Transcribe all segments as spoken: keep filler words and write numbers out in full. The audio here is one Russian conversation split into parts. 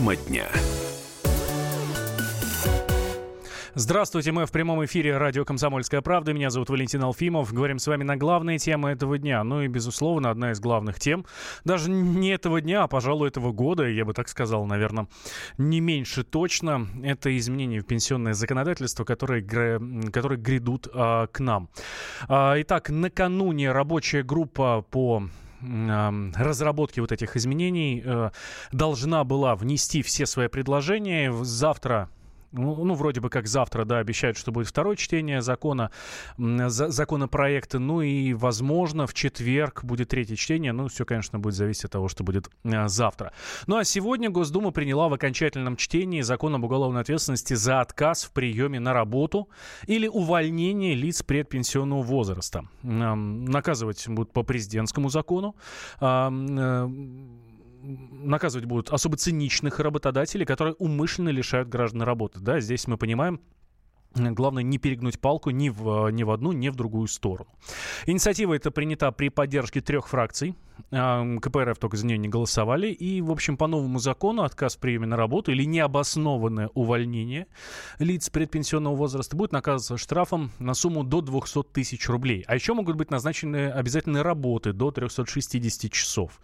Тема дня. Здравствуйте, мы в прямом эфире радио «Комсомольская правда». Меня зовут Валентин Алфимов. Говорим с вами на главные темы этого дня. Ну и, безусловно, одна из главных тем, даже не этого дня, а, пожалуй, этого года, я бы так сказал, наверное, не меньше точно, это изменения в пенсионное законодательство, которые, которые грядут а, к нам. А, итак, накануне рабочая группа по разработки вот этих изменений э, должна была внести все свои предложения. Завтра, ну, ну, вроде бы как завтра, да, обещают, что будет второе чтение закона, за, законопроекта, ну и, возможно, в четверг будет третье чтение, ну, все, конечно, будет зависеть от того, что будет э, завтра. Ну, а сегодня Госдума приняла в окончательном чтении закон об уголовной ответственности за отказ в приеме на работу или увольнение лиц предпенсионного возраста. Э, наказывать будут по президентскому закону, э, э, наказывать будут особо циничных работодателей, которые умышленно лишают граждан работы. Да, здесь мы понимаем, главное не перегнуть палку ни в, ни в одну, ни в другую сторону. Инициатива эта принята при поддержке трех фракций. ка пэ эр эф только за нее не голосовали. И, в общем, по новому закону отказ в приеме на работу или необоснованное увольнение лиц предпенсионного возраста будет наказываться штрафом на сумму до двести тысяч рублей. А еще могут быть назначены обязательные работы до триста шестьдесят часов.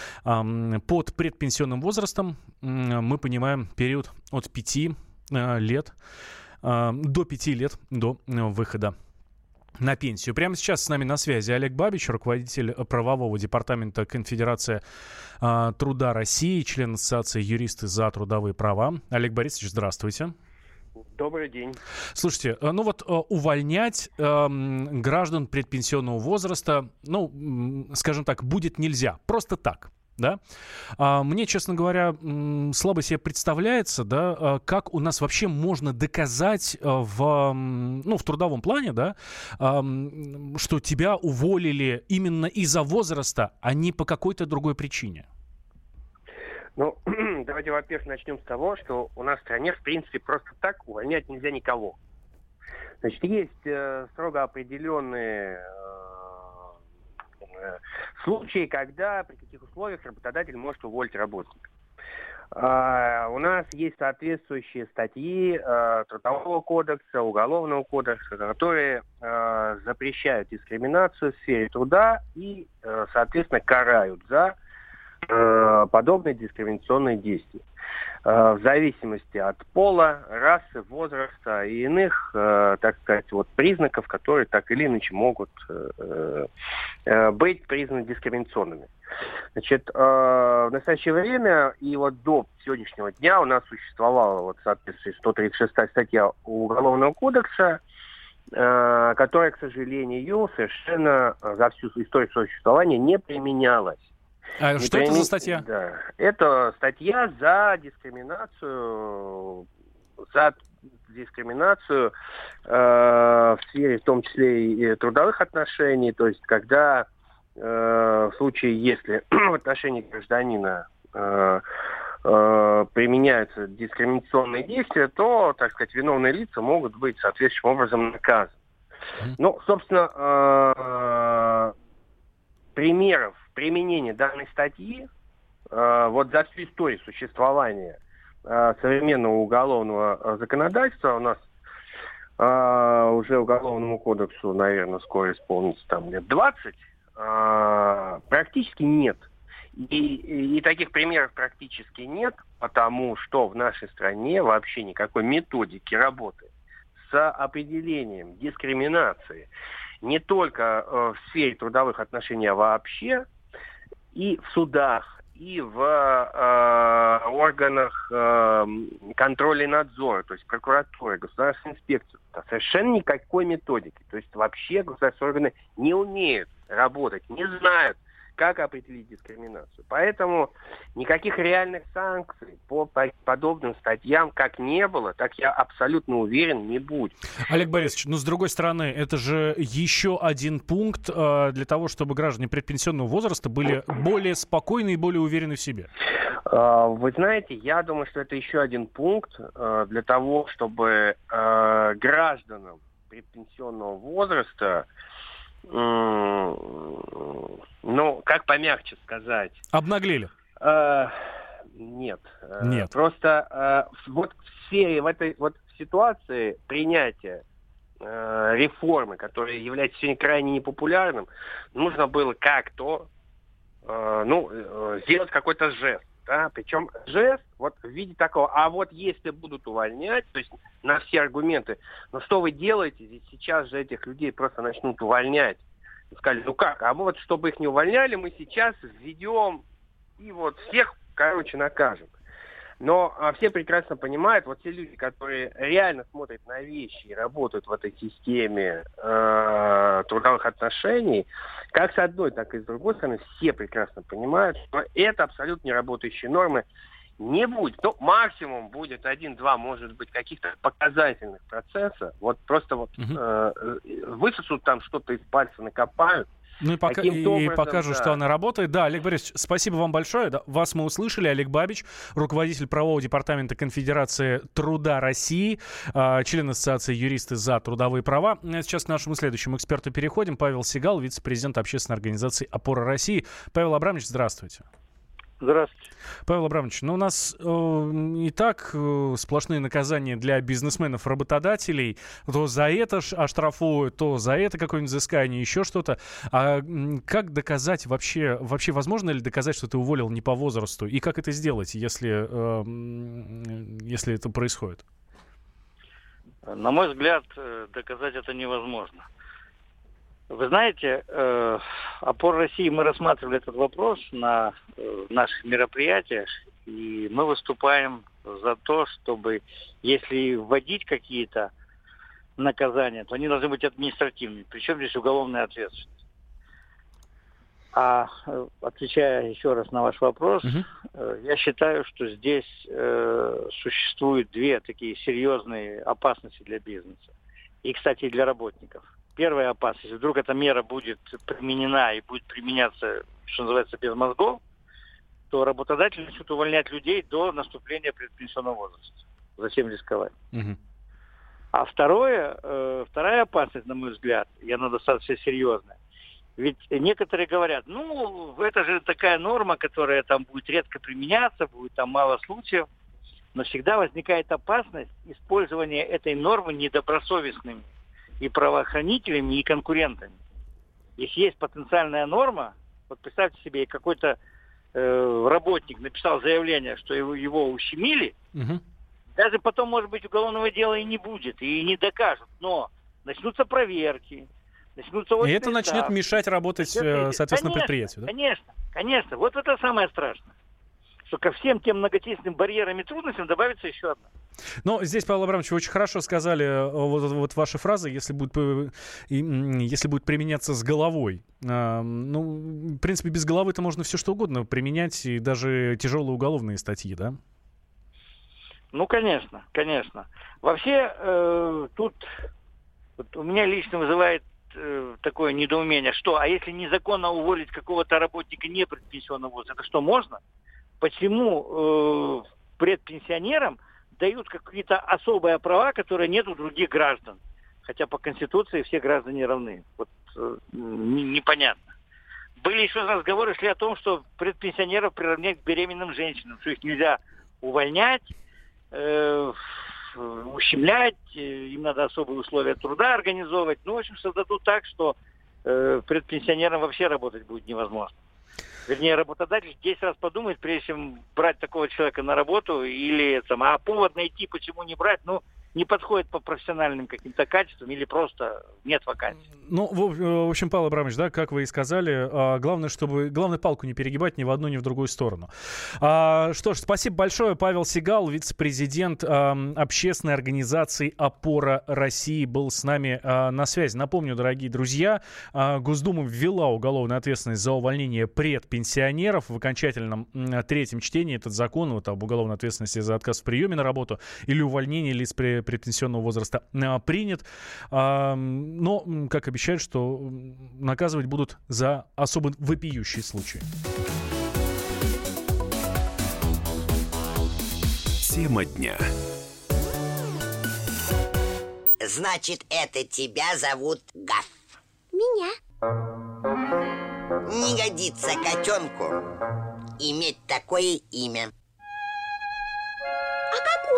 Под предпенсионным возрастом мы понимаем период от пяти лет до пяти лет до выхода на пенсию. Прямо сейчас с нами на связи Олег Бабич, руководитель правового департамента Конфедерации э, труда России, член Ассоциации юристы за трудовые права. Олег Борисович, здравствуйте. Добрый день. Слушайте, ну вот увольнять э, граждан предпенсионного возраста, ну, скажем так, будет нельзя. Просто так. Да? А, мне, честно говоря, слабо себе представляется, да, как у нас вообще можно доказать в, ну, в трудовом плане, да, что тебя уволили именно из-за возраста, а не по какой-то другой причине. Ну, давайте, во-первых, начнем с того, что у нас в стране, в принципе, просто так увольнять нельзя никого. Значит, есть э, строго определенные случаи, когда, при каких условиях работодатель может уволить работника. Uh, у нас есть соответствующие статьи uh, Трудового кодекса, Уголовного кодекса, которые uh, запрещают дискриминацию в сфере труда и, uh, соответственно, карают за uh, подобные дискриминационные действия. Uh, в зависимости от пола, расы, возраста и иных, uh, так сказать, вот, признаков, которые так или иначе могут uh, uh, быть признаны дискриминационными. Значит, uh, в настоящее время и вот до сегодняшнего дня у нас существовала вот, в соответствии сто тридцать шестая статья Уголовного кодекса, uh, которая, к сожалению, совершенно за всю историю существования не применялась. А что это за статья? Да. Это статья за дискриминацию, за дискриминацию э, в сфере, в том числе и трудовых отношений, то есть когда э, в случае, если в отношении гражданина э, э, применяются дискриминационные действия, то, так сказать, виновные лица могут быть соответствующим образом наказаны. Mm-hmm. Ну, собственно, э, примеров применение данной статьи э, вот за всю историю существования э, современного уголовного законодательства у нас э, уже Уголовному кодексу, наверное, скоро исполнится там лет двадцать, э, практически нет. И, и, и таких примеров практически нет, потому что в нашей стране вообще никакой методики работы с определением дискриминации не только э, в сфере трудовых отношений, а вообще, и в судах, и в э, органах э, контроля и надзора, то есть прокуратуры, государственной инспекции. Совершенно никакой методики. То есть вообще государственные органы не умеют работать, не знают, как определить дискриминацию. Поэтому никаких реальных санкций по подобным статьям как не было, так я абсолютно уверен, не будет. Олег Борисович, ну с другой стороны, это же еще один пункт э, для того, чтобы граждане предпенсионного возраста были более спокойны и более уверены в себе. Вы знаете, я думаю, что это еще один пункт э, для того, чтобы э, гражданам предпенсионного возраста, ну, как помягче сказать... Обнаглели. Э, нет. Нет. Просто э, вот в сфере, в этой вот ситуации принятия э, реформы, которая является сегодня крайне непопулярным, нужно было как-то э, ну, э, сделать какой-то жест. Да? Причем жест вот в виде такого, а вот если будут увольнять, то есть на все аргументы, ну что вы делаете, здесь сейчас же этих людей просто начнут увольнять. И сказали, ну как, а вот чтобы их не увольняли, мы сейчас введем и вот всех, короче, накажем. Но а, все прекрасно понимают, вот те люди, которые реально смотрят на вещи и работают в этой системе э, трудовых отношений, как с одной, так и с другой стороны, все прекрасно понимают, что это абсолютно неработающие нормы не будет. Ну, максимум будет один-два, может быть, каких-то показательных процессов. Вот просто вот угу. э, высосут там что-то из пальца, накопают. Ну и, пока, и образом, покажут, да. что она работает. Да, Олег Борисович, спасибо вам большое. Да, вас мы услышали. Олег Бабич, руководитель правового департамента Конфедерации труда России, э, член Ассоциации юристы за трудовые права. Сейчас к нашему следующему эксперту переходим. Павел Сигал, вице-президент общественной организации «Опора России». Павел Абрамович, здравствуйте. Здравствуйте. Павел Абрамович, ну у нас э, и так э, сплошные наказания для бизнесменов, работодателей. То за это оштрафуют, то за это какое-нибудь взыскание, еще что-то. А как доказать вообще, вообще возможно ли доказать, что ты уволил не по возрасту? И как это сделать, если, э, если это происходит? На мой взгляд, доказать это невозможно. Вы знаете, э, «Опора России» мы рассматривали этот вопрос на э, наших мероприятиях, и мы выступаем за то, чтобы, если вводить какие-то наказания, то они должны быть административными, причем здесь уголовная ответственность. А э, отвечая еще раз на ваш вопрос, uh-huh. э, я считаю, что здесь э, существуют две такие серьезные опасности для бизнеса и, кстати, и для работников. Первая опасность, если вдруг эта мера будет применена и будет применяться, что называется, без мозгов, то работодатели начнут увольнять людей до наступления предпенсионного возраста. Зачем рисковать? Угу. А второе, э, вторая опасность, на мой взгляд, и она достаточно серьезная. Ведь некоторые говорят, ну, это же такая норма, которая там будет редко применяться, будет там мало случаев. Но всегда возникает опасность использования этой нормы недобросовестными и правоохранителями, и конкурентами. Если есть потенциальная норма, вот представьте себе, какой-то э, работник написал заявление, что его, его ущемили, угу. даже потом, может быть, уголовного дела и не будет, и не докажут, но начнутся проверки, начнутся очные И это начнет ставки, мешать работать, соответственно, конечно, предприятию, да? Конечно, конечно. Вот это самое страшное. Что ко всем тем многочисленным барьерам и трудностям добавится еще одна. Ну, здесь, Павел Абрамович, вы очень хорошо сказали вот, вот ваши фразы, если будет, если будет применяться с головой. Ну, в принципе, без головы-то можно все что угодно применять, и даже тяжелые уголовные статьи, да? Ну, конечно, конечно. Вообще, э, тут вот у меня лично вызывает э, такое недоумение, что, а если незаконно уволить какого-то работника не предпенсионного возраста, это что, можно? Почему э, предпенсионерам дают какие-то особые права, которые нет у других граждан? Хотя по Конституции все граждане равны. Вот э, непонятно. Были еще разговоры шли о том, что предпенсионеров приравнять к беременным женщинам, что их нельзя увольнять, э, ущемлять, э, им надо особые условия труда организовывать. Ну, в общем, создадут так, что э, предпенсионерам вообще работать будет невозможно. Вернее, работодатель десять раз подумает, прежде чем брать такого человека на работу, или там, а повод найти, почему не брать, ну, не подходит по профессиональным каким-то качествам, или просто нет вакансий. Ну, в, в общем, Павел Абрамович, да, как вы и сказали, а, главное, чтобы, главное, палку не перегибать ни в одну, ни в другую сторону. А, что ж, спасибо большое. Павел Сигал, вице-президент а, общественной организации «Опора России», был с нами а, на связи. Напомню, дорогие друзья, а, Госдума ввела уголовную ответственность за увольнение предпенсионеров. В окончательном а, третьем чтении этот закон вот, об уголовной ответственности за отказ в приеме на работу или увольнение лиц при предпенсионного возраста а, принят. А, но, как обещают, что наказывать будут за особо вопиющие случаи. Тема дня. Значит, это тебя зовут Гав. Меня. Не годится котенку иметь такое имя.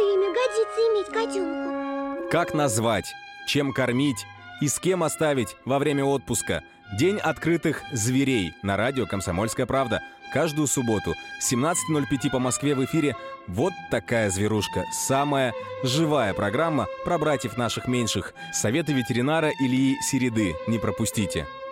имя годится иметь котенку? Как назвать, чем кормить и с кем оставить во время отпуска? День открытых зверей на радио «Комсомольская правда». Каждую субботу с семнадцати ноль пять по Москве в эфире «Вот такая зверушка». Самая живая программа про братьев наших меньших. Советы ветеринара Ильи Середы. Не пропустите.